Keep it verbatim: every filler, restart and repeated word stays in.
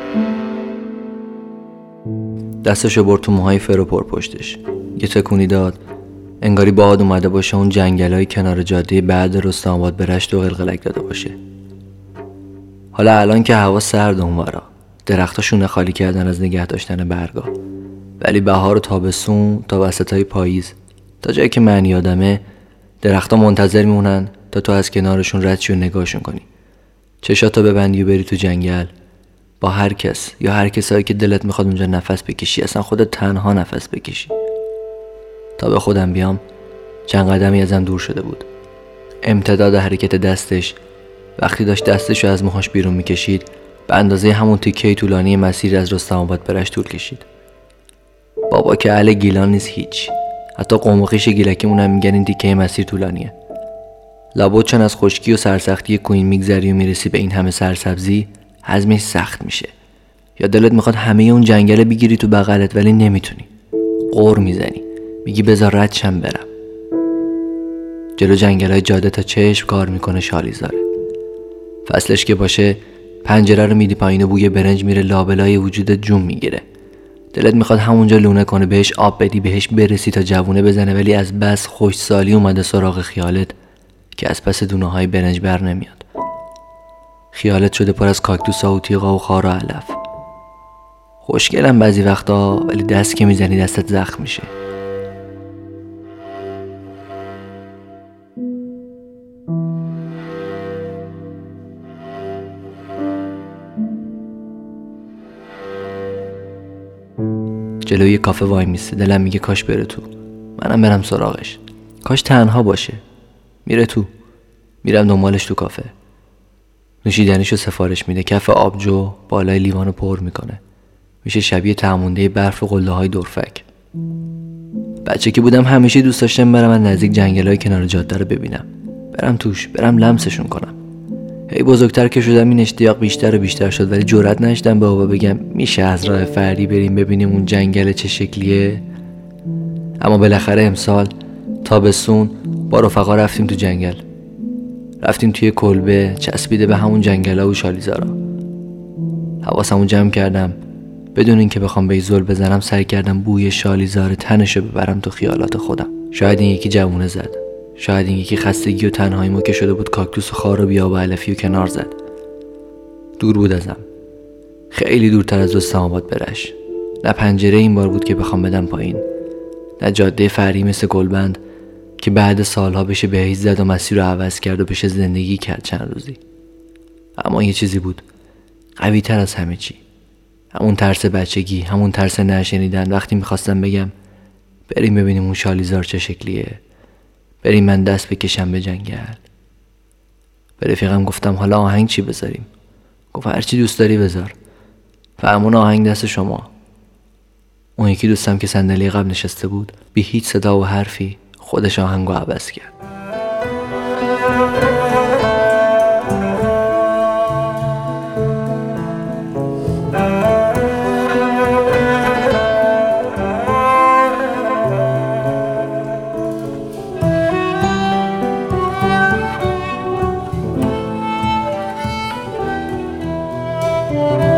دستشو برد تو موهای فرو پر پشتش، یه تکونی داد، انگاری باد اومده باشه اون جنگلای کنار جاده بعد رستم آباد به رشت و قلقلک داده باشه. حالا الان که هوا سرد اونورا، درختا شونه خالی کردن از نگه داشتن برگا، ولی بهار و تابستون تا وسطای پاییز، تا جایی که من یادمه درختا منتظر میمونن تا تو از کنارشون رد شی و نگاهشون کنی، چشاتو ببندی و بری تو جنگل با هر کس یا هر کسایی که دلت میخواد اونجا نفس بکشی، اصلا خودت تنها نفس بکشی. تا به خودم بیام چند قدمی ازم دور شده بود. امتداد حرکت دستش وقتی داشت دستشو از موهاش بیرون میکشید به اندازه همون تیکه طولانی مسیر از رستم آباد برش طول کشید. بابا که اهل گیلان نیست هیچ، حتی قوم و خویش گیلکیمون هم میگن این تیکه مسیر طولانیه. لابد چون از خشکی و سرسختی کوین میگذری و میرسی به این همه سرسبزی، هضمش سخت میشه، یا دلت میخواد همه اون جنگل بگیری تو بغلت ولی نمیتونی، غر میزنی، میگی بذار رد شم برم. جلو جنگلای جاده تا چشم کار میکنه شالیزاره. فصلش که باشه پنجره رو میدی پایین و بوی برنج میره لابلای وجودت جون میگیره. دلت میخواد همونجا لونه کنه، بهش آب بدی، بهش برسی تا جوونه بزنه، ولی از بس خوشسالی اومده سراغ خیالت که از پس دونه های برنج بر نمیاد. خیالت شده پر از کاکتوسا و تیغا و خار و علف. خوشگلم بعضی وقتا، ولی دست که میزنی دستت زخم میشه. جلوی کافه وای میسته، دلم میگه کاش بره تو، منم برم سراغش، کاش تنها باشه. میره تو، میرم دنبالش تو کافه. نوشیدنیشو سفارش میده، کف آبجو بالای لیوانو پر میکنه، میشه شبیه تعمونده برف و قله های دورفک. بچه که بودم همیشه دوست داشتم برم از نزدیک جنگلای کنار جاده رو ببینم، برم توش، برم لمسشون کنم. هی بزرگتر که شدم این اشتیاق بیشتر و بیشتر شد، ولی جرئت نشدم به بابا بگم میشه از راه فردی بریم ببینیم اون جنگل چه شکلیه. اما بالاخره امسال تابستون با رفقا رفتیم تو جنگل، رفتیم توی کلبه چسبیده به همون جنگلا و شالیزارا. حواسمو جمع کردم، بدون اینکه بخوام به زل بزنم سعی کردم بوی شالیزار تنشو ببرم تو خیالات خودم. شاید این یکی جوونه زد، شاید این یکی خستگی و تنهاییمو که شده بود کاکتوس و خار و بیاب و علفی و کنار زد. دور بود ازم، خیلی دورتر از رستم آباد برش. نه پنجره این بار بود که بخوام بدم پایین، نه جاده فرعی مثل گلبند که بعد سالها بشه بهیز زد و مسیر رو عوض کرد و بشه زندگی کرد چند روزی. اما یه چیزی بود قوی تر از همه چی، همون ترس بچگی، همون ترس نشنیدن. وقتی میخواستم بگم بریم ببینیم اون شالیزار چه شکلیه، بریم من دست بکشم به جنگل. به رفیقم گفتم حالا آهنگ چی بذاریم؟ گفت هرچی دوست داری بذار، فرمون آهنگ دست شما. اون یکی دوستم که صندلی قبل نشسته بود بی هیچ صدا و حرفی خودش آهنگو عوض کرد. Thank you.